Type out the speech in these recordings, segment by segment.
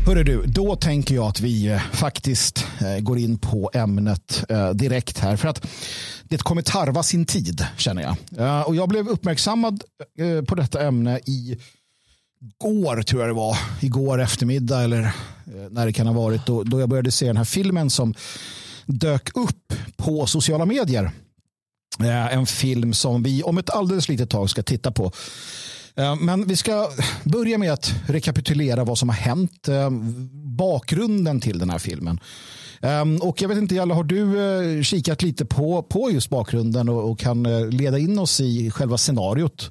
Hörru du, då tänker jag att vi faktiskt går in på ämnet direkt här. För att det kommer tarva sin tid, känner jag. Och jag blev uppmärksammad på detta ämne igår, tror jag det var. Igår eftermiddag eller när det kan ha varit. Då jag började se den här filmen som dök upp på sociala medier. En film som vi om ett alldeles litet tag ska titta på. Men vi ska börja med att rekapitulera vad som har hänt, bakgrunden till den här filmen. Och jag vet inte, Jalla, har du kikat lite på just bakgrunden och kan leda in oss i själva scenariot?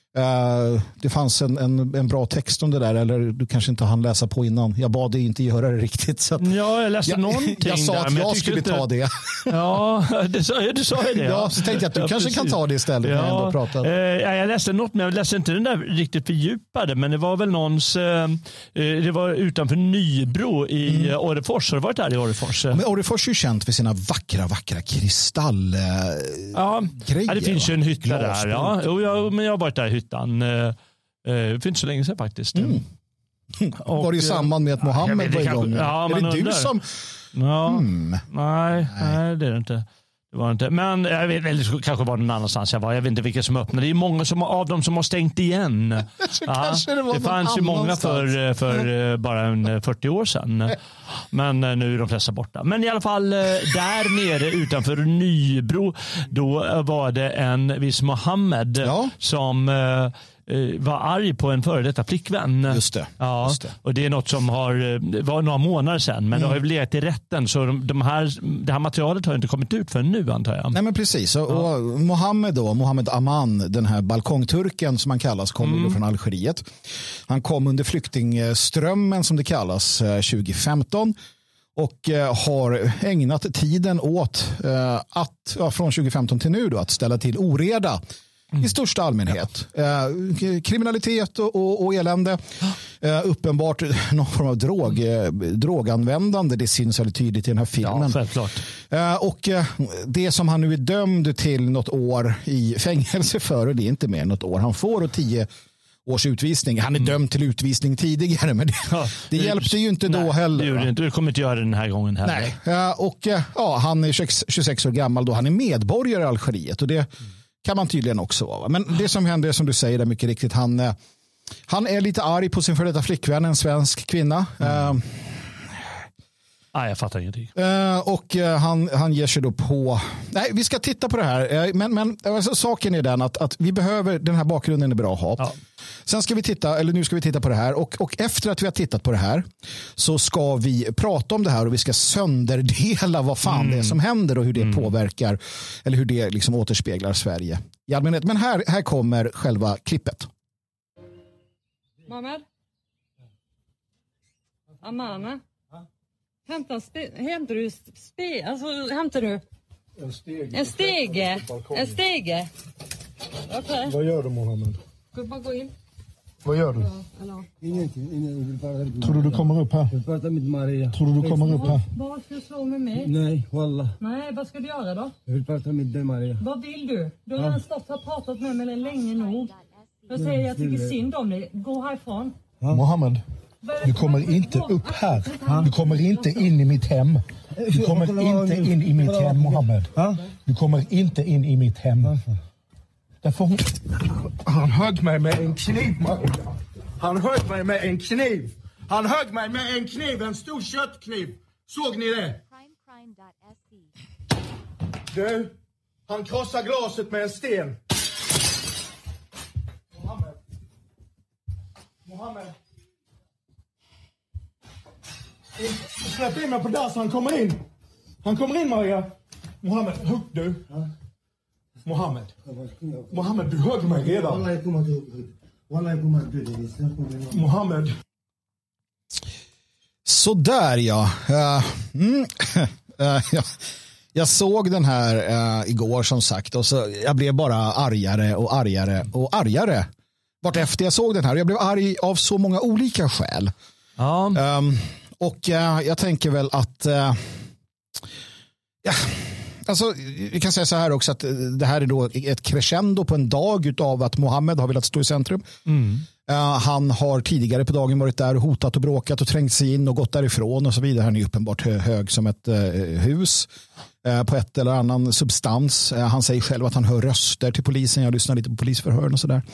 Det fanns en bra text om det där, eller du kanske inte hann läsa på innan. Jag bad dig inte göra det riktigt. Så att ja, jag läste någonting. Jag sa där, att jag skulle inte ta det. Ja, du sa ju det. Ja, så tänkte jag att du kanske kan ta det istället. Ja, när jag ändå pratar. Jag läste något, men jag läste inte den där riktigt fördjupade. Men det var väl någons... det var utanför Nybro i Orrefors. Har du varit där i Orrefors? Men Orrefors är ju känt för sina vackra kristallgrejer. Ja, det finns ju en hytta där. Ja, men jag har varit där i hyttan. Det finns så länge sedan faktiskt. Och, var det i samband med att Mohammed var igång? Ja, är det du som... Ja, nej, det är det inte. Det var inte. Men jag vet, eller kanske var det någon annanstans jag var. Jag vet inte vilka som öppnade. Det är många av dem som har stängt igen. Det fanns ju många för bara 40 år sedan. Men nu är de flesta borta. Men i alla fall där nere utanför Nybro, då var det en viss Mohammed som var arg på en före detta flickvän. Just det. Ja, just det. Och det är något som var några månader sedan, men det har ju legat i rätten, så det här materialet har inte kommit ut för nu, antar jag. Nej, men precis. Och Mohammed Aman, den här balkongturken som han kallas, kommer från Algeriet. Han kom under flyktingströmmen, som det kallas, 2015. Och har ägnat tiden åt att från 2015 till nu då, att ställa till oreda i största allmänhet. Kriminalitet och elände. Uppenbart någon form av droganvändande. Det syns väldigt tydligt i den här filmen. Ja, självklart. Och det som han nu är dömd till något år i fängelse för, och det är inte mer än något år. Han får 10 års utvisning. Han är dömd till utvisning tidigare, men det hjälpte ju inte då heller. Du kommer inte göra det den här gången heller. Nej. Och han är 26 år gammal då. Han är medborgare i Algeriet, och det kan man tydligen också vara. Men det som händer, som du säger där mycket riktigt, han är lite arg på sin före detta flickvän, en svensk kvinna. Jag fattar ingenting. Och han ger sig då på... Nej, vi ska titta på det här. Men alltså, saken är den att vi behöver... Den här bakgrunden är bra att ha. Ja. Sen ska vi nu ska vi titta på det här. Och efter att vi har tittat på det här så ska vi prata om det här, och vi ska sönderdela vad fan det är som händer och hur det påverkar, eller hur det liksom återspeglar Sverige i allmänhet. Men här kommer själva klippet. Mohammed? Amana? Hämtar du en stege? Okay. Vad gör du, Mohammed? Gå in. Vad gör du? Ja, ingenting. Tror du kommer upp här? Jag pratar med Maria. Tror du kommer upp här? Vad ska du slå med mig? Nej, wallah. Nej, vad ska du göra då? Jag vill prata med dig, Maria. Vad vill du? Du har redan stått och pratat med mig länge nog. Jag säger jag tycker synd om dig. Gå härifrån. Mohammed, du kommer inte upp här. Du kommer inte in i mitt hem. Du kommer inte in i mitt hem, Mohammed. Du kommer inte in i mitt hem. Därför han högg mig med en kniv, Maria. Han högg mig med en kniv. En stor köttkniv. Såg ni det? Du, han krossar glaset med en sten. Mohammed. Släpp in mig på där så han kommer in. Han kommer in, Maria. Mohammed, hugg du. Mohammed, du högg mig redan. Mohammed. Så där ja. Jag såg den här igår, som sagt, och så jag blev bara argare vart efter jag såg den här. Jag blev arg av så många olika skäl. Ja. Och jag tänker väl att alltså, vi kan säga så här också, att det här är då ett crescendo på en dag utav att Mohammed har velat stå i centrum. Han har tidigare på dagen varit där och hotat och bråkat och trängt sig in och gått därifrån och så vidare. Han är uppenbart hög som ett hus på ett eller annan substans. Han säger själv att han hör röster till polisen. Jag lyssnar lite på polisförhör och sådär.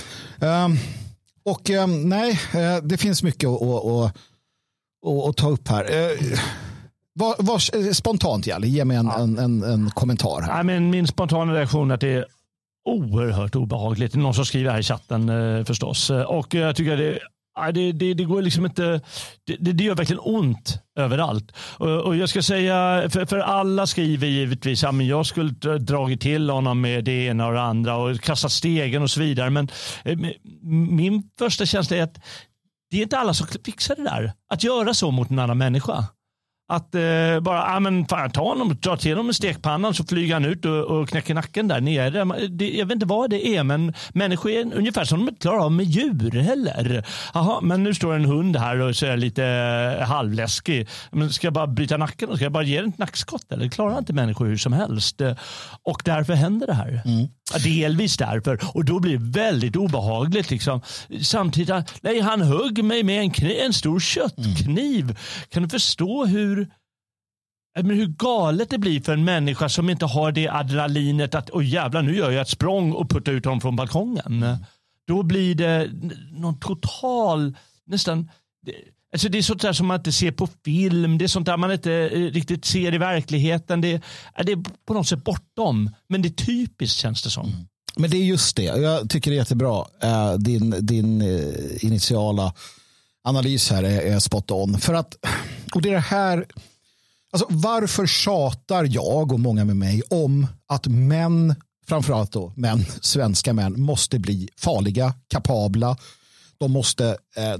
Nej, det finns mycket att ta upp här. Spontant, Jalle, ge mig en kommentar här. Ja, men min spontana reaktion är att det är oerhört obehagligt. Någon som skriver här i chatten förstås. Och jag tycker det går liksom inte, det gör verkligen ont överallt. Och jag ska säga, för alla skriver givetvis att jag skulle dragit till honom med det ena och det andra och kastat stegen och så vidare. Men min första känsla är att det är inte alla som fixar det där. Att göra så mot en annan människa. Att bara ta honom, dra till honom med stekpannan så flyger han ut och knäcker nacken där nere. Jag vet inte vad det är, men människor är ungefär som de inte klarar av med djur heller. Jaha, men nu står en hund här och så är lite halvläskig. Men ska jag bara bryta nacken och ska jag bara ge den ett nackskott? Eller klarar inte människor hur som helst? Och därför händer det här. Delvis därför. Och då blir det väldigt obehagligt. Liksom. Samtidigt, nej, han högg mig med en stor köttkniv. Kan du förstå hur galet det blir för en människa som inte har det adrenalinet att jävlar, nu gör jag ett språng och puttar ut honom från balkongen. Då blir det någon total, nästan, alltså det är sånt där som man inte ser på film, det är sånt där man inte riktigt ser i verkligheten, det är på något sätt bortom, men det är typiskt, känns det som. Men det är just det, jag tycker det är jättebra, din initiala analys här är spot on, för att, och det är det här, alltså varför tjatar jag och många med mig om att män, framförallt då män, svenska män, måste bli farliga, kapabla, de måste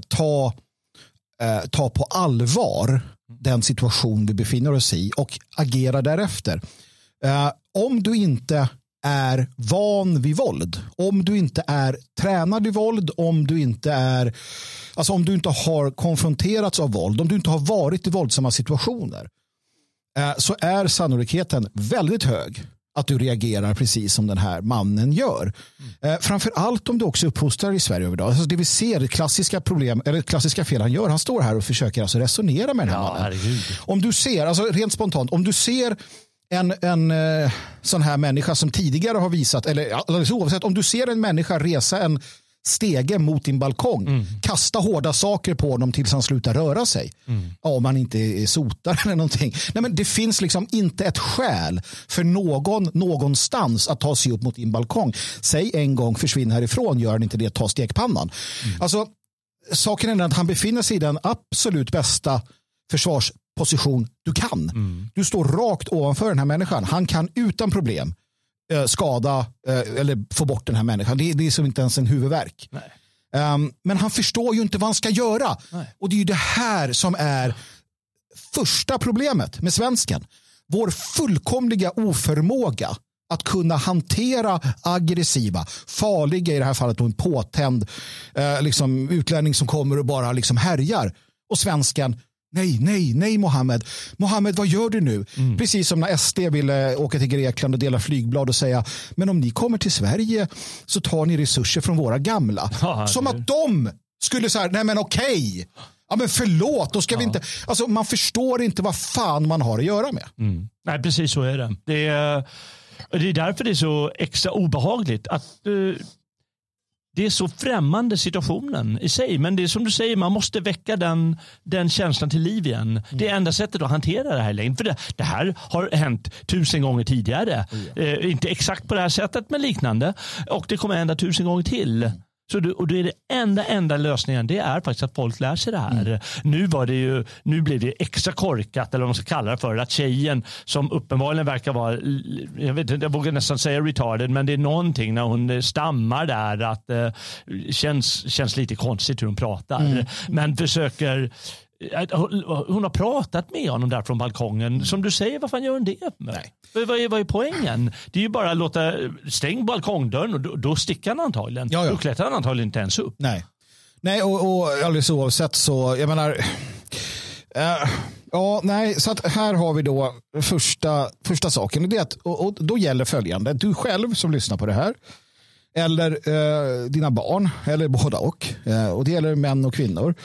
ta på allvar den situation vi befinner oss i och agera därefter. Om du inte är van vid våld, om du inte är tränad i våld, om du inte har konfronterats av våld, om du inte har varit i våldsamma situationer, så är sannolikheten väldigt hög att du reagerar precis som den här mannen gör. Framförallt om du också uppfostrar i Sverige över dag. Alltså det vi ser, klassiska fel han gör, han står här och försöker alltså resonera med den här mannen. Herregud. Om du ser, alltså rent spontant, om du ser en sån här människa som tidigare har visat, eller oavsett, om du ser en människa resa en stege mot din balkong, kasta hårda saker på honom tills han slutar röra sig. Om han inte är sotar eller någonting. Nej, men det finns liksom inte ett skäl för någon någonstans att ta sig upp mot din balkong. Säg en gång, försvinn härifrån, gör han inte det, ta stekpannan. Alltså, saken är att han befinner sig i den absolut bästa försvarsposition du kan. Du står rakt ovanför den här människan. Han kan utan problem skada eller få bort den här människan. Det är som inte ens en huvudvärk. Men han förstår ju inte vad han ska göra. Nej. Och det är ju det här som är första problemet med svensken. Vår fullkomliga oförmåga att kunna hantera aggressiva, farliga, i det här fallet en påtänd utlänning som kommer och bara härjar. Och svensken, nej Mohammed, vad gör du nu? Precis som när SD ville åka till Grekland och dela flygblad och säga, men om ni kommer till Sverige så tar ni resurser från våra gamla. Som att de skulle säga, nej men okej. Ja men förlåt, då ska vi inte. Alltså man förstår inte vad fan man har att göra med. Nej, precis så är det. Det är därför det är så extra obehagligt att det är så främmande situationen i sig. Men det är som du säger, man måste väcka den känslan till liv igen. Det är enda sättet att hantera det här längre. För det här har hänt 1000 gånger tidigare. Inte exakt på det här sättet, men liknande. Och det kommer hända 1000 gånger till. Så då är det enda lösningen, det är faktiskt att folk lär sig det här. Nu blev det extra korkat, eller vad man ska kalla det för, att tjejen som uppenbarligen verkar vara, jag vågar nästan säga retarded, men det är någonting när hon stammar där att känns lite konstigt hur hon pratar. Men försöker, hon har pratat med honom där från balkongen. Som du säger, vad fan gör hon det med? Nej. Vad är poängen? Det är ju bara att låta stäng balkongdörren och då sticker han antagligen. Ja. Då klättrar han antagligen inte ens upp. Nej, och alldeles oavsett så, jag menar, så att här har vi då första saken. Det är att, och då gäller följande. Du själv som lyssnar på det här, eller dina barn, eller båda och det gäller män och kvinnor.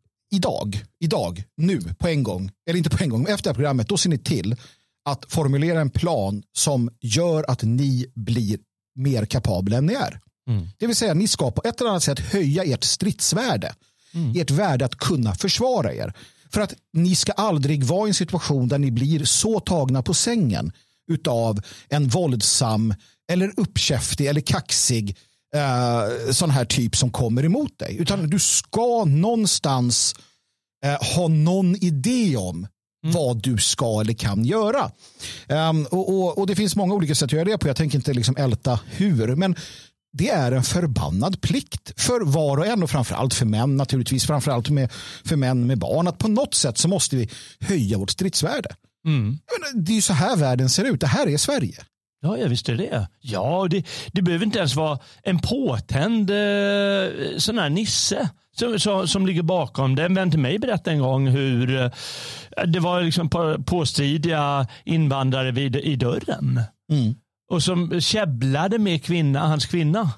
Idag, nu, på en gång, eller inte på en gång, men efter programmet, då ser ni till att formulera en plan som gör att ni blir mer kapabla än ni är. Det vill säga, ni ska på ett eller annat sätt höja ert stridsvärde. Ert värde att kunna försvara er. För att ni ska aldrig vara i en situation där ni blir så tagna på sängen utav en våldsam eller uppkäftig eller kaxig sån här typ som kommer emot dig. Utan du ska någonstans ha någon idé om vad du ska eller kan göra. Och det finns många olika sätt att göra det på. Jag tänker inte liksom älta hur, men det är en förbannad plikt för var och en, och framförallt för män naturligtvis, framförallt för män med barn, att på något sätt så måste vi höja vårt stridsvärde. Det är ju så här världen ser ut. Det här är Sverige. Ja, visst är det. Ja, det behöver inte ens vara en påtänd sån här nisse som ligger bakom det. En vän till mig berättade en gång hur det var liksom påstridiga invandrare i dörren. Och som käbblade med hans kvinna.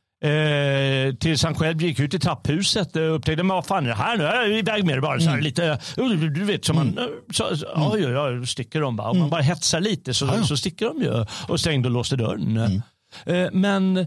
Tills han själv gick ut i trapphuset och upptäckte, men vad fan är det här nu? Jag är iväg med det bara. Så här lite, du vet, som man sticker de bara. Om man bara hetsar lite så sticker de ju. Och stängde och låste dörren. Men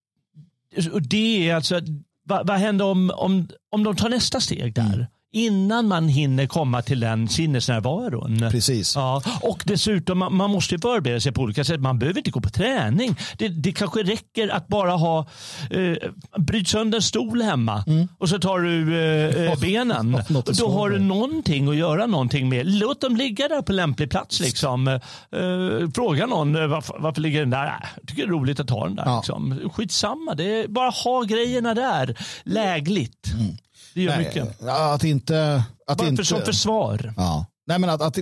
det är alltså, vad händer om de tar nästa steg där? Innan man hinner komma till den sinnesnärvaron. Precis. Ja, och dessutom, man måste ju förbereda sig på olika sätt. Man behöver inte gå på träning. Det kanske räcker att bara bryt sönder en stol hemma. Och så tar du benen. Då har du någonting att göra någonting med. Låt dem ligga där på lämplig plats. Liksom. Fråga någon varför ligger den där. Jag tycker det är roligt att ta den där. Ja. Liksom. Skitsamma. Det är bara ha grejerna där. Lägligt. Det gör mycket. Att inte... Som försvar. Ja. Nej, men att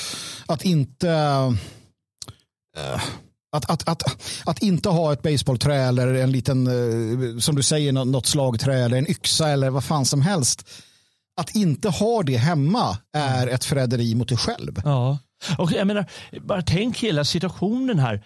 inte ha ett baseballträ eller en liten, som du säger, något slagträ eller en yxa eller vad fan som helst. Att inte ha det hemma är ett förräderi mot dig själv. Ja. Och jag menar, bara tänk hela situationen här.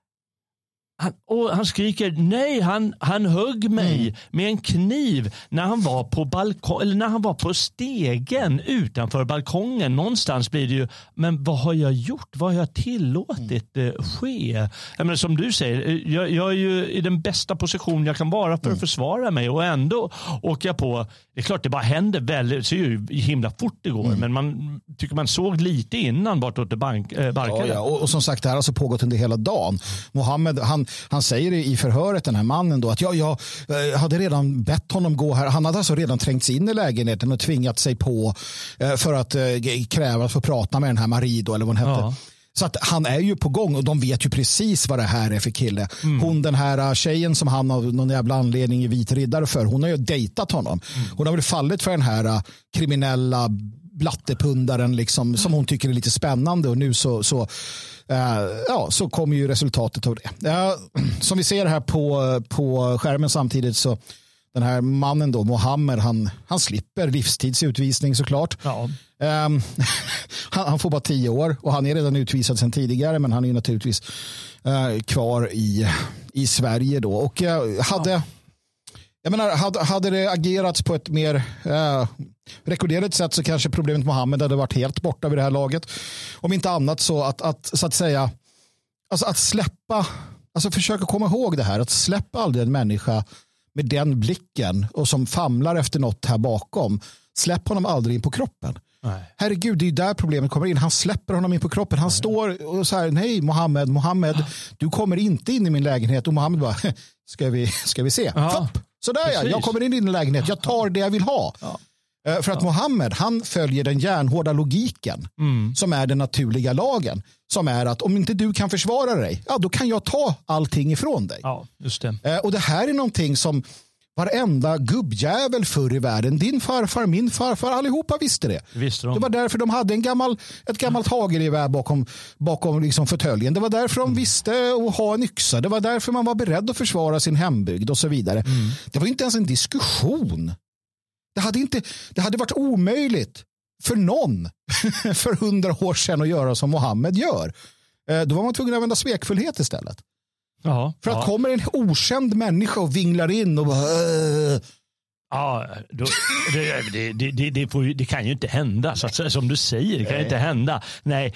Han skriker nej, han högg mig med en kniv när han var på balkong, eller när han var på stegen utanför balkongen. Någonstans blir det ju, men vad har jag gjort? Vad har jag tillåtit ske? Jag menar, som du säger, jag är ju i den bästa position jag kan vara för att försvara mig, och ändå åker jag på. Det är klart det bara händer väldigt, så är ju himla fort det går, men man tycker man såg lite innan vartåt det barkade. Ja. Och som sagt, det här har alltså pågått under hela dagen. Mohammed, han säger i förhöret, den här mannen då, att jag hade redan bett honom gå här. Han hade alltså redan trängts in i lägenheten och tvingat sig på för att kräva att få prata med den här Marie då, eller vad hon hette. Ja. Så att han är ju på gång, och de vet ju precis vad det här är för kille. Hon, den här tjejen som han av någon jävla anledning i vit riddare för, hon har ju dejtat honom. Hon har väl fallit för den här kriminella blattepundaren liksom, som hon tycker är lite spännande, och nu så kommer ju resultatet av det. Som vi ser här på skärmen samtidigt, så den här mannen då, Mohammed, han slipper livstidsutvisning såklart. Ja. Han får bara 10 år, och han är redan utvisad sedan tidigare, men han är naturligtvis kvar i Sverige då. Och hade det agerats på ett mer rekorderat sätt, så kanske problemet med Mohammed hade varit helt borta vid det här laget. Om inte annat så att säga, alltså att släppa, alltså försöka komma ihåg det här, att släppa aldrig en människa med den blicken och som famlar efter något här bakom. Släpp honom aldrig in på kroppen. Nej. Herregud, det är ju där problemet kommer in. Han släpper honom in på kroppen. Han står och så här, nej Mohammed, du kommer inte in i min lägenhet. Och Mohammed bara, ska vi se? Sådär ja, jag kommer in i din lägenhet. Jag tar det jag vill ha. Ja. För att Mohammed, han följer den järnhårda logiken som är den naturliga lagen. Som är att om inte du kan försvara dig, då kan jag ta allting ifrån dig. Ja, just det. Och det här är någonting som varenda gubbjävel förr i världen, din farfar, min farfar, allihopa visste det. Det var därför de hade ett gammalt hagelgevär bakom liksom fåtöljen. Det var därför de visste att ha en yxa. Det var därför man var beredd att försvara sin hembygd och så vidare. Det var inte ens en diskussion. Det hade varit omöjligt för någon för 100 år sedan att göra som Mohammed gör. Då var man tvungen att använda svekfullhet istället. Ja, för att kommer en okänd människa och vinglar in och bara... Ja, det kan ju inte hända. Så att, som du säger, det kan ju inte hända. Nej,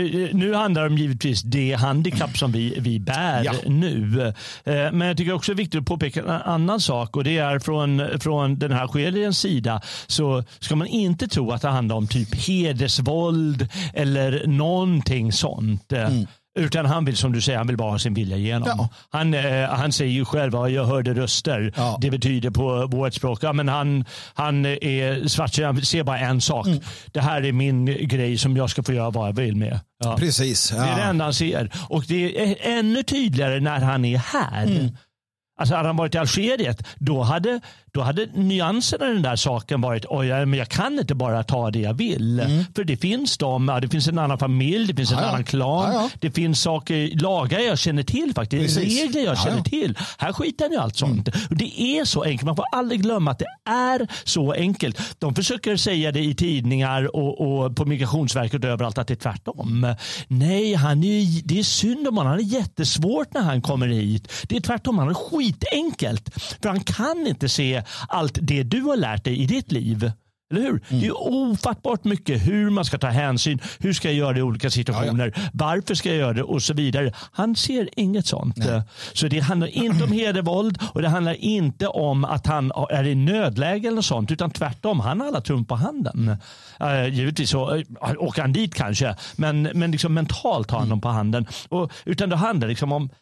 nu handlar det om givetvis det handikapp som vi bär nu. Men jag tycker också det är viktigt att påpeka en annan sak, och det är från den här skedens sida så ska man inte tro att det handlar om typ hedersvåld eller någonting sånt. Utan han vill, som du säger, han vill bara ha sin vilja igenom. Ja. Han säger ju själv att jag hörde röster. Ja. Det betyder på vårt språk. Ja, men han är svart, han ser bara en sak. Det här är min grej som jag ska få göra vad jag vill med. Ja. Precis. Ja. Det är det enda han ser. Och det är ännu tydligare när han är här. Alltså hade han varit i Algeriet, då hade nyanserna i den där saken varit men jag kan inte bara ta det jag vill. För det finns det finns en annan familj, det finns en annan klan, det finns lagar jag känner till faktiskt, regler jag känner till. Här skiter han ju allt sånt. Och det är så enkelt, man får aldrig glömma att det är så enkelt. De försöker säga det i tidningar och på Migrationsverket och överallt att det är tvärtom. Nej, det är synd om honom, han är jättesvårt när han kommer hit. Det är tvärtom, han är skitenkelt. För han kan inte se allt det du har lärt dig i ditt liv. Eller hur? Det är ofattbart mycket hur man ska ta hänsyn. Hur ska jag göra det i olika situationer? Varför ska jag göra det? Och så vidare. Han ser inget sånt. Nej. Så det handlar inte om hedervåld och det handlar inte om att han är i nödläge eller sånt, utan tvärtom. Han har alla trumf på handen. Givetvis så åker han dit kanske. Men liksom mentalt har han dem på handen. Utan det handlar liksom om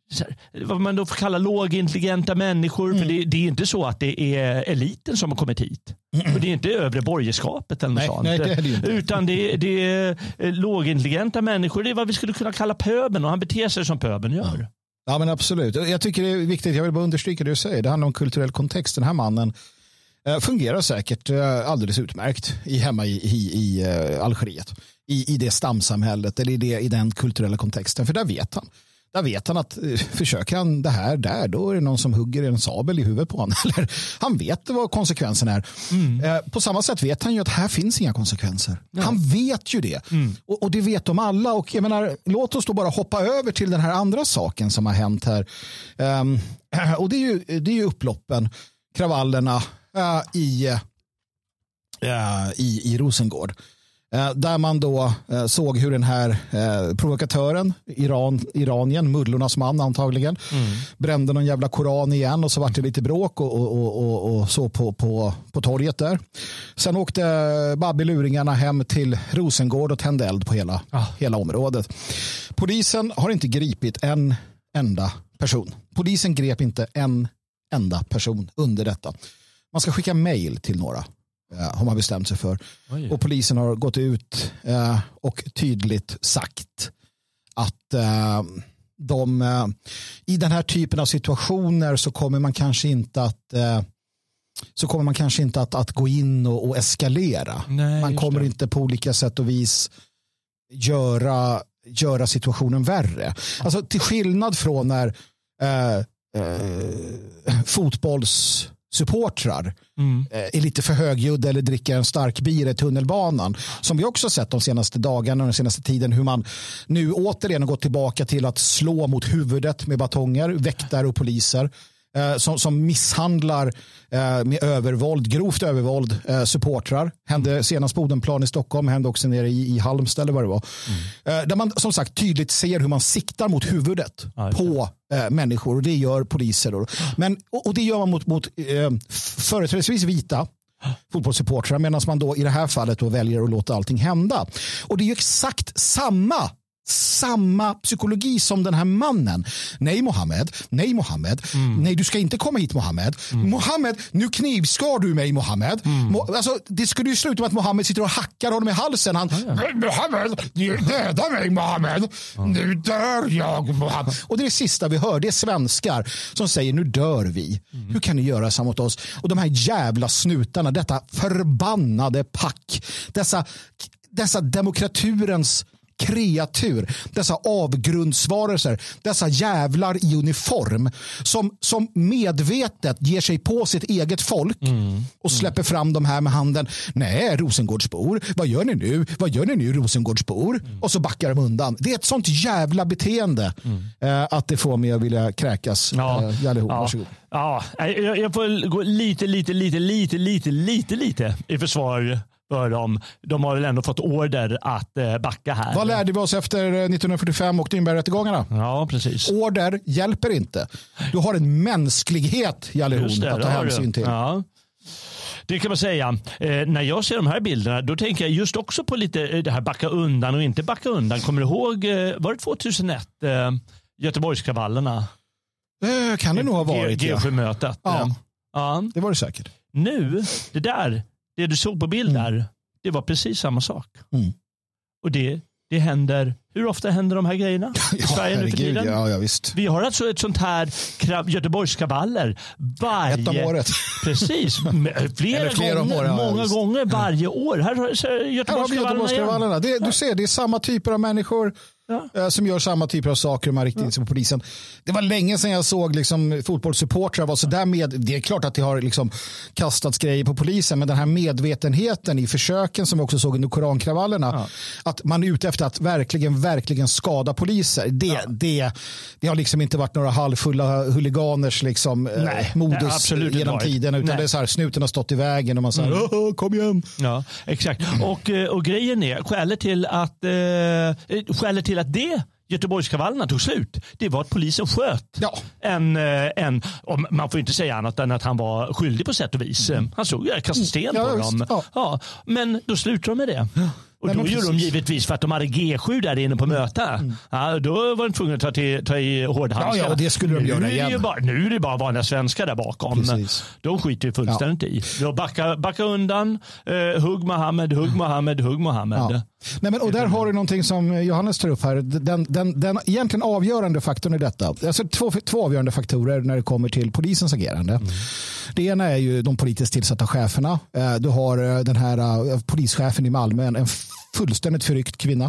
vad man då får kalla lågintelligenta människor. För det är inte så att det är eliten som har kommit hit. Och det är inte övre borgerskapet eller något sånt. Nej, det är det inte. Utan det är lågintelligenta människor. Det är vad vi skulle kunna kalla pöben, och han beter sig som pöben gör. Ja, men absolut. Jag tycker det är viktigt, jag vill bara understryka det du säger. Det handlar om kulturell kontext. Den här mannen fungerar säkert alldeles utmärkt hemma i Algeriet. I det stamsamhället eller i den kulturella kontexten. För där vet han. Där vet han att försöker han det här där, då är det någon som hugger en sabel i huvudet på honom. Eller, han vet vad konsekvensen är. På samma sätt vet han ju att här finns inga konsekvenser. Ja. Han vet ju det. Och det vet de alla. Och jag menar, låt oss då bara hoppa över till den här andra saken som har hänt här. Och det är ju upploppen, kravallerna i Rosengård. Där man då såg hur den här provokatören, Iranien, mullornas man antagligen, brände någon jävla koran igen och så var det lite bråk och så på torget där. Sen åkte Babbeluringarna hem till Rosengård och tände eld på hela området. Polisen har inte gripit en enda person. Polisen grep inte en enda person under detta. Man ska skicka mejl till några. Har man bestämt sig för. Oj. Och polisen har gått ut och tydligt sagt att i den här typen av situationer så kommer man kanske inte att gå in och eskalera. Nej, man kommer inte på olika sätt och vis göra situationen värre. Alltså till skillnad från när fotbollssupportrar är lite för högljudda eller dricker en stark bira i tunnelbanan, som vi också sett de senaste dagarna och den senaste tiden, hur man nu återigen har gått tillbaka till att slå mot huvudet med batonger, väktare och poliser som misshandlar med övervåld, grovt övervåld supportrar. Hände senast på Odenplan i Stockholm, hände också nere i Halmstad eller vad det var. Där man som sagt tydligt ser hur man siktar mot huvudet på människor, och det gör poliser då. Och det gör man mot företrädesvis vita fotbollssupportrar, medan man då i det här fallet då väljer att låta allting hända. Och det är ju exakt samma psykologi som den här mannen. Nej Mohammed. Nej, du ska inte komma hit Mohammed. Mohammed, nu knivskar du mig Mohammed. Alltså, det skulle ju sluta med att Mohammed sitter och hackar honom i halsen. Mohammed, du dödar mig Mohammed. Nu dör jag Mohammed. Och det är det sista vi hör. Det är svenskar som säger nu dör vi. Hur kan ni göra så mot oss? Och de här jävla snutarna, detta förbannade pack. Dessa demokraturens kreatur, dessa avgrundsvarelser, dessa jävlar i uniform som medvetet ger sig på sitt eget folk och släpper fram de här med handen. Nej, Rosengårdsbor, vad gör ni nu? Vad gör ni nu, Rosengårdsbor? Och så backar de undan. Det är ett sånt jävla beteende att det får mig att vilja kräkas. Varsågod. Ja, jag får gå lite i försvar för dem. De har väl ändå fått order att backa här. Vad lärde vi oss efter 1945 och Nürnbergrättegångarna? Ja, precis. Order hjälper inte. Du har en mänsklighet, Jalle Horn, att ta hänsyn till. Ja. Det kan man säga. När jag ser de här bilderna, då tänker jag just också på lite det här backa undan och inte backa undan. Kommer du ihåg, var det 2001, Göteborgskravallerna? Kan det nog ha varit. G7-mötet. Ja, det var det säkert. Nu, det du såg på bild där, det var precis samma sak. Och det händer, hur ofta händer de här grejerna i Sverige nu för tiden? Ja, visst. Vi har alltså ett sånt här Göteborgskravaller ett om året. Precis, flera gånger, många gånger varje år. Här har Göteborgskravallerna. Du ser, det är samma typer av människor som gör samma typer av saker man riktar in sig på polisen. Det var länge sedan jag såg liksom, fotbollssupportrar var så där med. Det är klart att det har liksom, kastats grejer på polisen, men den här medvetenheten i försöken som vi också såg under korankravallerna, att man är ute efter att verkligen skada poliser. Det har liksom inte varit några halvfulla huliganers liksom, modus genom tiden, utan det är så här, snuten har stått i vägen och man säger kom igen. Ja, exakt. Och grejen är, skälet till att det Göteborgskravallerna tog slut, det var att polisen sköt man får inte säga annat än att han var skyldig på sätt och vis. Han såg kastade sten på dem. Ja. Men då slutade de med det. Och då gjorde de givetvis för att de hade G7 där inne på möte. Ja, då var de tvungna att ta i hårdhandskar. Ja, det skulle de göra igen. Nu är det bara vanliga svenskar där bakom. Precis. De skiter ju fullständigt i. Då backa undan, hugg Mohammed. Ja. Nej, men, och där har du någonting som Johannes tar upp här. Den egentligen avgörande faktorn i detta. Alltså två avgörande faktorer när det kommer till polisens agerande. Det ena är ju de politiskt tillsatta cheferna. Du har den här polischefen i Malmö, en fullständigt förryckt kvinna.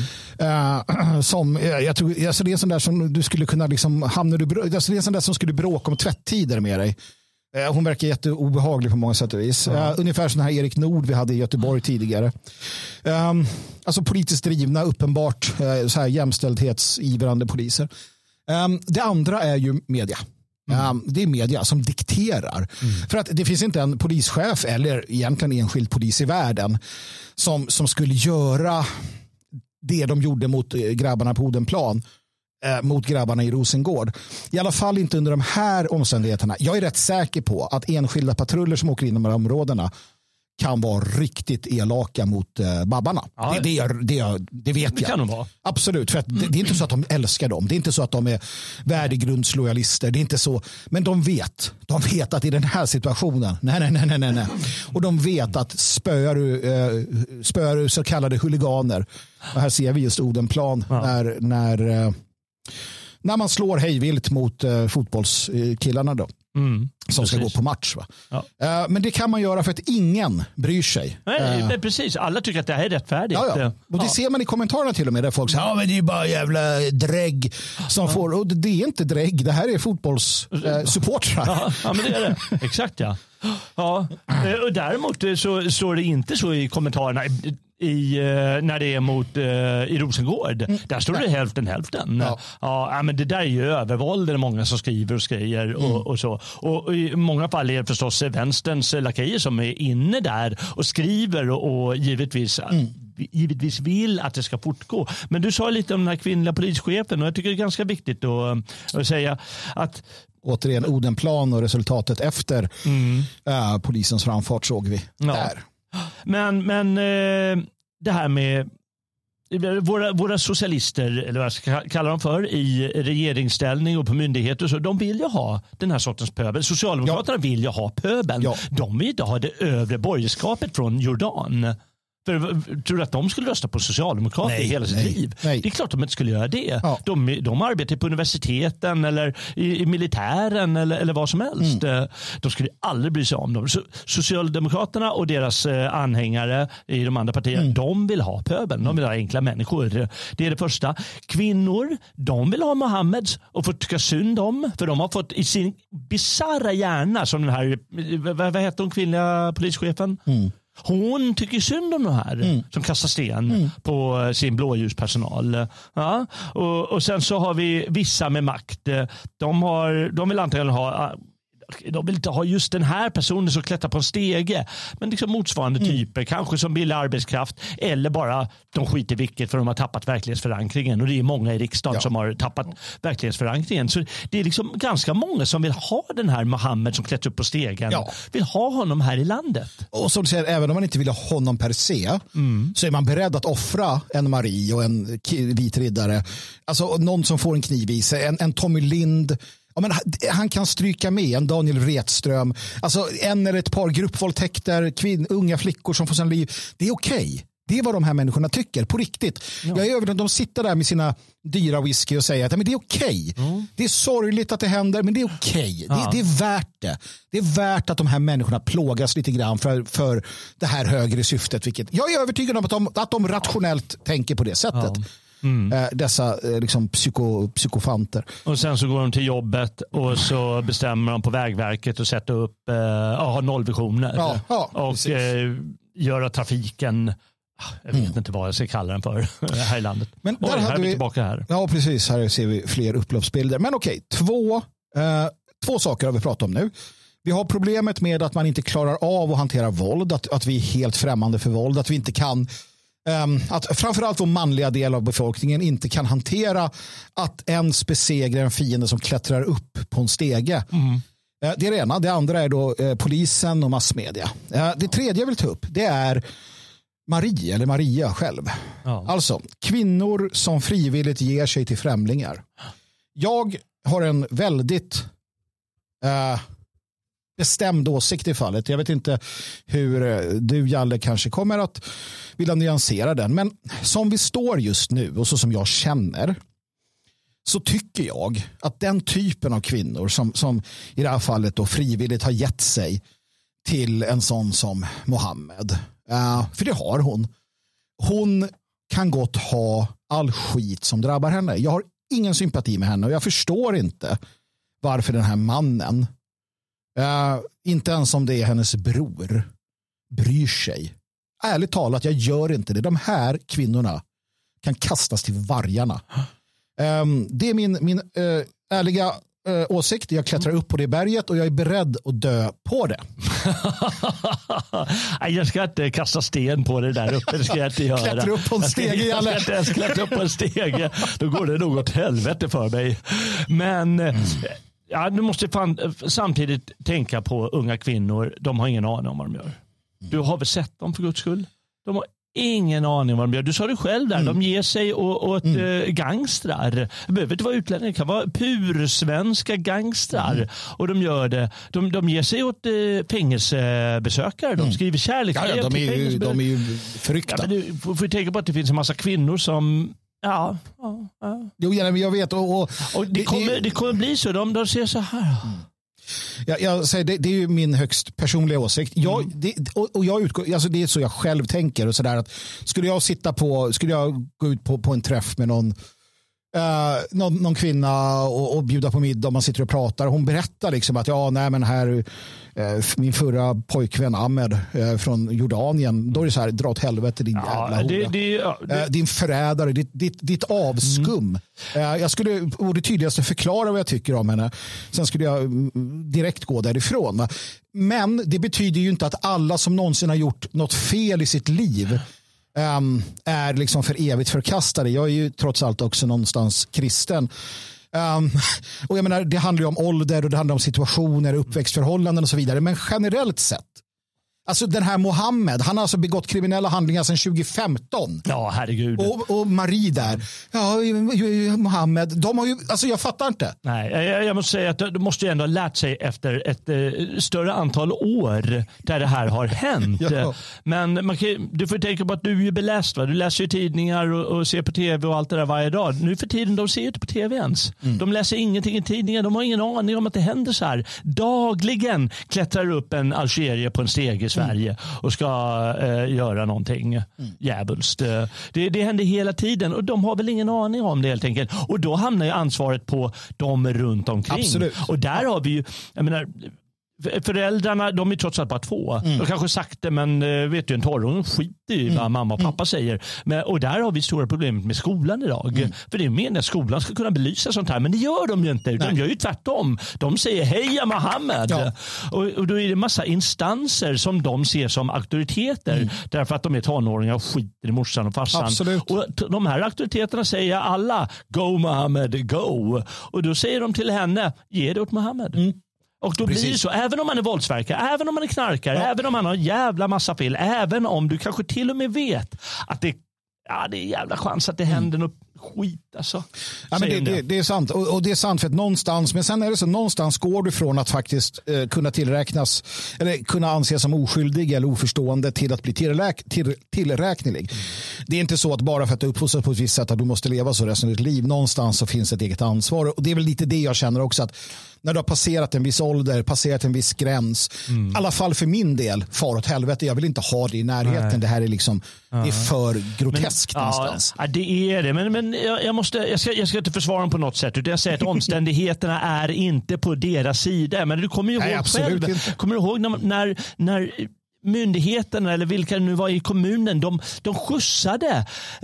Som jag tror, alltså det är en sån där som du skulle kunna liksom det är en sån där som skulle bråka om tvätttider med dig. Hon verkar jätteobehaglig på många sätt och vis. Ungefär som den här Erik Nord vi hade i Göteborg tidigare. Alltså politiskt drivna, uppenbart så här jämställdhetsivrande poliser. Det andra är ju media. Det är media som dikterar. För att det finns inte en polischef eller egentligen enskild polis i världen som skulle göra det de gjorde mot grabbarna på Odenplan mot grabbarna i Rosengård. I alla fall inte under de här omständigheterna. Jag är rätt säker på att enskilda patruller som åker in i de här områdena kan vara riktigt elaka mot babbarna. Ja, det vet jag. Kan de vara. Absolut, för att det är inte så att de älskar dem. Det är inte så att de är värdegrundslojalister. Det är inte så. Men de vet att i den här situationen, nej. Och de vet att spöar du så kallade huliganer. Och här ser vi just Odenplan när man slår hejvilt mot fotbollskillarna då. Som ska gå på match. Va? Ja. Men det kan man göra för att ingen bryr sig. Nej, precis. Alla tycker att det här är rättfärdigt. Ja. Och det ser man i kommentarerna till och med där folk säger men det är ju bara jävla drägg som får. Och det är inte drägg, det här är fotbollssupportrar. Ja, men det är det. Exakt, ja. Och däremot så står det inte så i kommentarerna när det är mot i Rosengård. Där står det hälften. Ja, men det där är ju övervåld, det är många som skriver och skrejer och så. Och i många fall är det förstås vänsterns lakejer som är inne där och skriver och givetvis vill att det ska fortgå. Men du sa lite om den här kvinnliga polischefen och jag tycker det är ganska viktigt att säga att återigen Odenplan och resultatet efter polisens framfart såg vi där. Men det här med våra socialister, eller vad jag ska kalla dem för, i regeringsställning och på myndigheter, så de vill ju ha den här sortens pöbel. Socialdemokraterna vill ju ha pöbeln. Ja. De vill inte ha det övre borgerskapet från Jordan. Tror du att de skulle rösta på Socialdemokrater i hela sitt liv? Nej. Det är klart de inte skulle göra det. Ja. De arbetar på universiteten eller i militären eller vad som helst. De skulle aldrig bry sig om dem. Socialdemokraterna och deras anhängare i de andra partierna, de vill ha pöbeln. De vill ha enkla människor. Det är det första. Kvinnor, de vill ha Mohammeds och få tycka synd om. För de har fått i sin bizarra hjärna, som den här, vad heter hon, kvinnliga polischefen? Hon tycker synd om de här som kastar sten på sin blåljuspersonal. Ja? Och sen så har vi vissa med makt. De vill antagligen ha... De vill inte ha just den här personen som klättrar på en stege. Men liksom motsvarande typer. Kanske som billig arbetskraft. Eller bara de skiter vilket för de har tappat verklighetsförankringen. Och det är många i riksdagen som har tappat verklighetsförankringen. Så det är liksom ganska många som vill ha den här Mohammed som klättrar upp på stegen. Ja. Vill ha honom här i landet. Och som du säger, även om man inte vill ha honom per se. Så är man beredd att offra en Marie och en vit riddare. Alltså någon som får en kniv i sig. En Tommy Lind. Ja, men han kan stryka med en Daniel Wretström. Alltså en eller ett par gruppvåldtäkter, unga flickor som får sin liv. Det är okej. Det är vad de här människorna tycker, på riktigt. Ja. Jag är övertygad om att de sitter där med sina dyra whisky och säger att men det är okej. Det är sorgligt att det händer, men det är okej. Det är värt det. Det är värt att de här människorna plågas lite grann för det här högre syftet. Vilket jag är övertygad om att de rationellt tänker på det sättet. Ja. Dessa liksom psykofanter. Och sen så går de till jobbet och så bestämmer de på Vägverket att sätta upp ha nollvisioner och göra trafiken, jag vet inte vad jag ska kalla den för här i landet. Men där här är vi tillbaka här. Ja, precis. Här ser vi fler upploppsbilder. Men okej, två saker har vi pratat om nu. Vi har problemet med att man inte klarar av att hantera våld, att vi är helt främmande för våld, att vi inte kan att framförallt vår manliga del av befolkningen inte kan hantera att ens besegra en fiende som klättrar upp på en stege. Det är det ena. Det andra är då polisen och massmedia. Det tredje jag vill ta upp, det är Marie eller Maria själv. Alltså kvinnor som frivilligt ger sig till främlingar. Jag har en väldigt bestämd åsikt i fallet. Jag vet inte hur du, Jalle, kanske kommer att vilja nyansera den. Men som vi står just nu och så som jag känner, så tycker jag att den typen av kvinnor som i det här fallet då frivilligt har gett sig till en sån som Mohammed. För det har hon. Hon kan gott ha all skit som drabbar henne. Jag har ingen sympati med henne och jag förstår inte varför den här mannen, inte ens om det är hennes bror, bryr sig. Ärligt talat, jag gör inte det. De här kvinnorna kan kastas till vargarna. Det är min ärliga åsikt. Jag klättrar upp på det berget och jag är beredd att dö på det. Jag ska inte kasta sten på det där uppe. Det ska jag inte göra. Klättra upp på en stege. Jag ska inte ens klättra upp på en stege. Då går det nog åt helvete för mig. Men du måste samtidigt tänka på unga kvinnor. De har ingen aning om vad de gör. Du har väl sett dem för Guds skull? De har ingen aning vad de gör. Du sa det själv där. De ger sig åt gangstrar. Det behöver inte vara utlänningar. Det kan vara pursvenska gangstrar. Och de gör det. De ger sig åt fängelsebesökare. De skriver kärleksbrev till fängelsebesökare. De är ju förryckta. Ja, du får tänka på att det finns en massa kvinnor som... Ja. Jo, jag vet. Och det kommer bli så. De ser så här... Jag säger, det är ju min högst personliga åsikt. Jag utgår, alltså det är så jag själv tänker och så där, att skulle jag gå ut på en träff med någon kvinna och bjuda på middag och man sitter och pratar, hon berättar liksom att min förra pojkvän Ahmed från Jordanien, då är det så här, dra åt helvete din jävla hora. Din förrädare, ditt avskum. Jag skulle det tydligaste förklara vad jag tycker om henne. Sen skulle jag direkt gå därifrån. Men det betyder ju inte att alla som någonsin har gjort något fel i sitt liv är liksom för evigt förkastade. Jag är ju trots allt också någonstans kristen. Och jag menar, det handlar ju om ålder och det handlar om situationer, uppväxtförhållanden och så vidare. Men generellt sett, Alltså den här Mohammed, han har alltså begått kriminella handlingar sedan 2015. Ja, herregud. Och Marie där. Ja, Mohammed, de har ju, alltså jag fattar inte. Nej, jag måste säga att du måste ju ändå ha lärt sig efter ett större antal år där det här har hänt. Ja. Men du får tänka på att du är ju beläst, va? Du läser ju tidningar och ser på tv och allt det där varje dag. Nu för tiden, de ser ju inte på tv ens. De läser ingenting i tidningar, de har ingen aning om att det händer så här. Dagligen klättrar upp en algerier på en steg i Sverige och ska göra någonting djävulskt. Det händer hela tiden och de har väl ingen aning om det helt enkelt. Och då hamnar ju ansvaret på dem runt omkring. Absolut. Och där har vi ju, jag menar, föräldrarna, de är trots allt bara 2. De kanske sagt det, men vet du, en torrung skiter i vad mamma och pappa säger. Och där har vi stora problem med skolan idag. För det är meningen att skolan ska kunna belysa sånt här, men det gör de ju inte. De gör ju tvärtom. De säger heja Mohammed. Ja. Och då är det massa instanser som de ser som auktoriteter därför att de är tonåringar och skiter i morsan och farsan. Absolut. Och de här auktoriteterna säger alla go Mohammed, go. Och då säger de till henne, ge det åt Mohammed. Och då blir det så, även om man är våldsverkare, även om man är knarkare, även om man har en jävla massa fel, även om du kanske till och med vet att det är jävla chans att det händer något skit. Alltså. Ja, men det är sant. Och det är sant för att någonstans, men sen är det så, någonstans går du från att faktiskt kunna tillräknas eller kunna anses som oskyldig eller oförstående till att bli tillräknelig. Det är inte så att bara för att du uppfostras på ett visst sätt att du måste leva så resten av ditt liv. Någonstans så finns ett eget ansvar och det är väl lite det jag känner också, att när du har passerat en viss ålder, passerat en viss gräns, i alla fall för min del, far åt helvete, jag vill inte ha det i närheten. Nej. Det här är liksom, det är för groteskt någonstans. Ja, det är det, men jag ska inte försvara dem på något sätt, utan jag säger att omständigheterna är inte på deras sida. Men du kommer ju ihåg själv, kommer du ihåg när myndigheterna eller vilka det nu var i kommunen, de skjutsade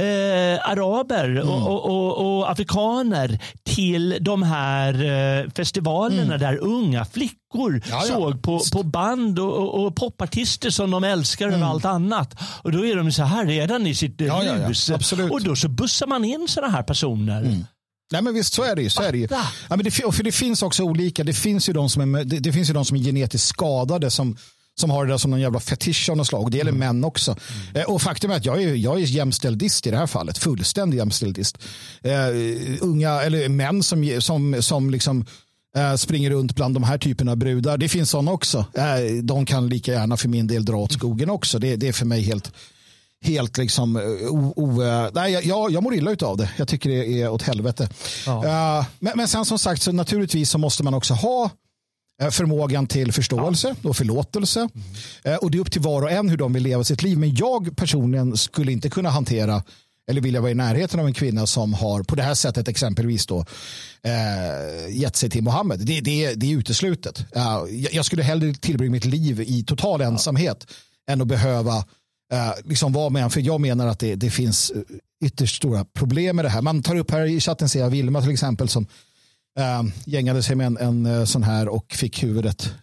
araber och afrikaner till de här festivalerna där unga flickor såg på band och popartister som de älskar över allt annat. Och då är de så här redan i sitt hus. Och då så bussar man in sådana här personer. Nej, men visst, så är det ju. Ja, men för det finns också olika. Det finns ju de som är genetiskt skadade som har det där som någon jävla fetisch av något slag. Det gäller män också. Och faktum är att jag är jämställdist i det här fallet. Fullständig jämställdist. Unga eller män som liksom springer runt bland de här typerna av brudar. Det finns sådana också. De kan lika gärna för min del dra åt skogen också. Det är för mig helt liksom nej, jag mår illa utav det. Jag tycker det är åt helvete. Ja. Men sen som sagt så naturligtvis så måste man också ha förmågan till förståelse och förlåtelse. Och det är upp till var och en hur de vill leva sitt liv. Men jag personligen skulle inte kunna hantera eller vilja vara i närheten av en kvinna som har på det här sättet exempelvis då gett sig till Mohammed. Det är uteslutet. Jag skulle hellre tillbringa mitt liv i total ensamhet än att behöva liksom vara med. För jag menar att det finns ytterst stora problem med det här. Man tar upp här i chatten, ser jag Vilma till exempel som gängade sig med en sån här och fick huvudet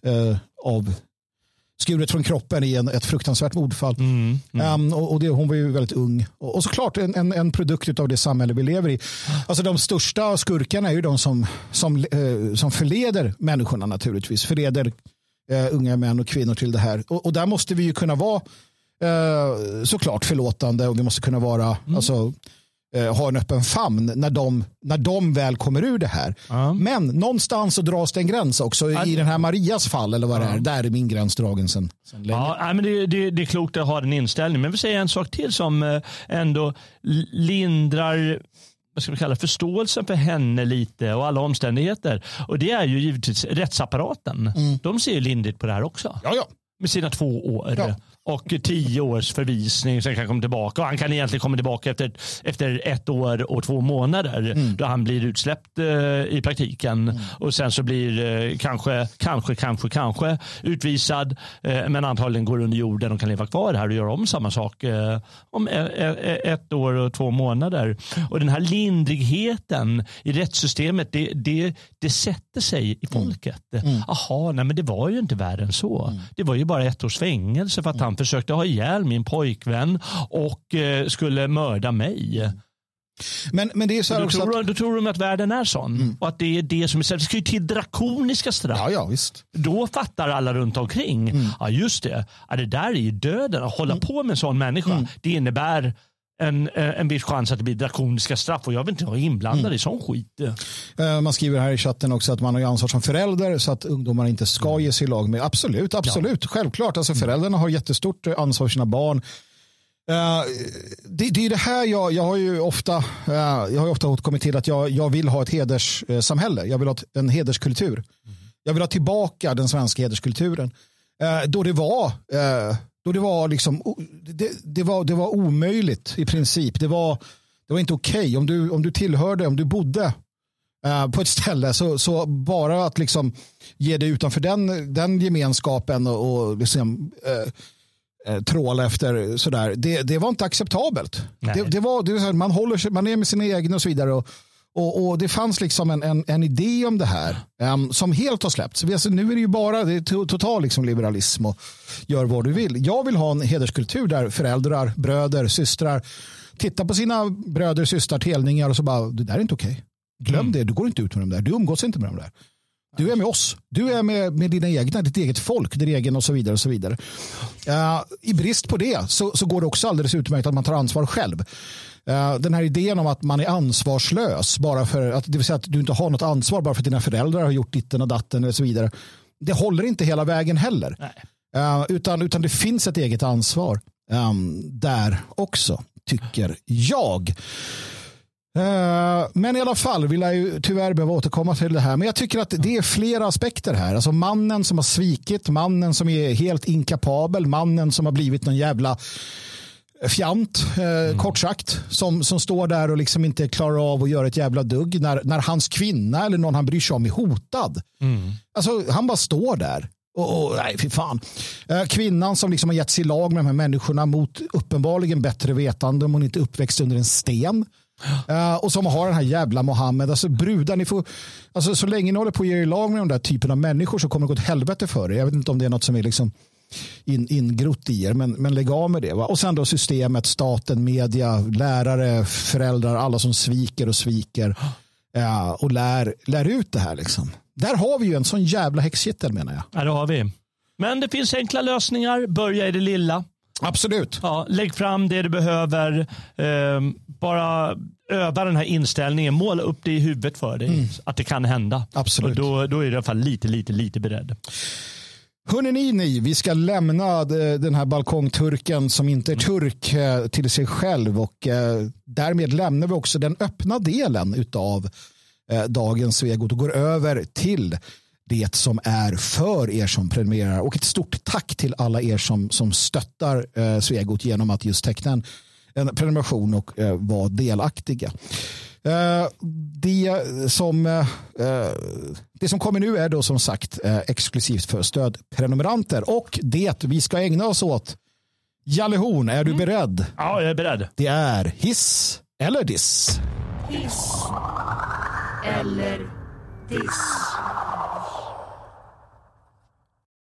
skuret från kroppen i ett fruktansvärt mordfall. Och hon var ju väldigt ung. Och såklart en produkt av det samhälle vi lever i. Alltså de största skurkarna är ju de som förleder människorna naturligtvis. Förleder unga män och kvinnor till det här. Och där måste vi ju kunna vara såklart förlåtande och vi måste kunna vara ha en öppen famn när de väl kommer ur det här. Men någonstans så dras det en gräns också i den här Marias fall eller vad det är. Där är min gräns dragen sen länge. Ja, men det är klokt att ha den inställningen. Men vi säger en sak till som ändå lindrar, vad ska vi kalla, förståelsen för henne lite och alla omständigheter. Och det är ju givetvis rättsapparaten. De ser ju lindrigt på det här också. Ja. Med sina 2 år. Ja. Och 10 års förvisning, sen kan han komma tillbaka. Och han kan egentligen komma tillbaka efter 1 år och 2 månader då han blir utsläppt i praktiken. Och sen så blir kanske utvisad, men antagligen går under jorden och kan leva kvar här och göra om samma sak om 1 år och 2 månader. Och den här lindrigheten i rättssystemet, det sätter sig i folket. Aha, nej men det var ju inte värre än så. Det var ju bara 1 års fängelse för att han försökte ha ihjäl min pojkvän och skulle mörda mig. Men det är så här också då tror de att världen är sån. Och att det är det som är så. Det ska ju till drakoniska straff. Ja, visst. Då fattar alla runt omkring. Ja, just det. Ja, det där är ju döden. Att hålla på med en sån människa. Det innebär en viss chans att det blir drakoniska straff. Och jag vill inte vara inblandad i sån skit. Man skriver här i chatten också att man har ansvar som förälder så att ungdomar inte ska ge sig i lag med. Absolut. Ja. Självklart. Alltså, föräldrarna har jättestort ansvar för sina barn. Det är det här jag har ju ofta kommit till att jag vill ha ett hederssamhälle. Jag vill ha en hederskultur. Jag vill ha tillbaka den svenska hederskulturen. Då det var liksom det var omöjligt i princip. Det var inte okej. Om du tillhörde, om du bodde på ett ställe så bara att liksom ge dig utanför den gemenskapen och liksom tråla efter sådär. Det var inte acceptabelt. Det var så här, man är med sina egna och så vidare och det fanns liksom en idé om det här som helt har släppts. Nu är det ju bara det är total liksom liberalism och gör vad du vill. Jag vill ha en hederskultur där föräldrar, bröder, systrar tittar på sina bröder, systrar, telningar och så bara, det där är inte okej. Glöm det, du går inte ut med dem där. Du umgås inte med dem där. Du är med oss. Du är med dina egna, ditt eget folk, din egen och så vidare. Och så vidare. I brist på det så går det också alldeles utmärkt att man tar ansvar själv. Den här idén om att man är ansvarslös bara för att, det vill säga att du inte har något ansvar bara för att dina föräldrar har gjort ditten och datten och så vidare. Det håller inte hela vägen heller. Utan det finns ett eget ansvar där också, tycker jag. Men i alla fall vill jag ju tyvärr behöva återkomma till det här. Men jag tycker att det är flera aspekter här. Alltså mannen som har svikit, mannen som är helt inkapabel, mannen som har blivit någon jävla fjant, kort sagt, som står där och liksom inte klarar av att göra ett jävla dugg när hans kvinna eller någon han bryr sig om är hotad. Alltså han bara står där. Nej, fy fan. Kvinnan som liksom har gett sig i lag med de här människorna mot uppenbarligen bättre vetande om hon inte uppväxt under en sten. Och som har den här jävla Mohammed. Alltså brudar, ni får, alltså, så länge ni håller på att ge er i lag med de där typen av människor så kommer det gå till helvete för er. Jag vet inte om det är något som är liksom ingrott i er, men lägg av med det. Va? Och sen då systemet, staten, media, lärare, föräldrar, alla som sviker och lär ut det här liksom. Där har vi ju en sån jävla häxkittel, menar jag. Ja, det har vi. Men det finns enkla lösningar. Börja i det lilla. Absolut. Ja, lägg fram det du behöver. Bara öva den här inställningen. Måla upp det i huvudet för dig. Att det kan hända. Absolut. Och då är det i alla fall lite beredd. Hörrni, vi ska lämna den här balkongturken som inte är turk till sig själv. Och därmed lämnar vi också den öppna delen utav dagens Svegot och går över till det som är för er som prenumererar. Och ett stort tack till alla er som stöttar Svegot genom att just teckna en prenumeration och vara delaktiga. Det som kommer nu är då som sagt exklusivt för stödprenumeranter. Och det vi ska ägna oss åt. Jalle Horn, är du beredd? Ja, jag är beredd. Det är hiss eller diss. Hiss eller diss.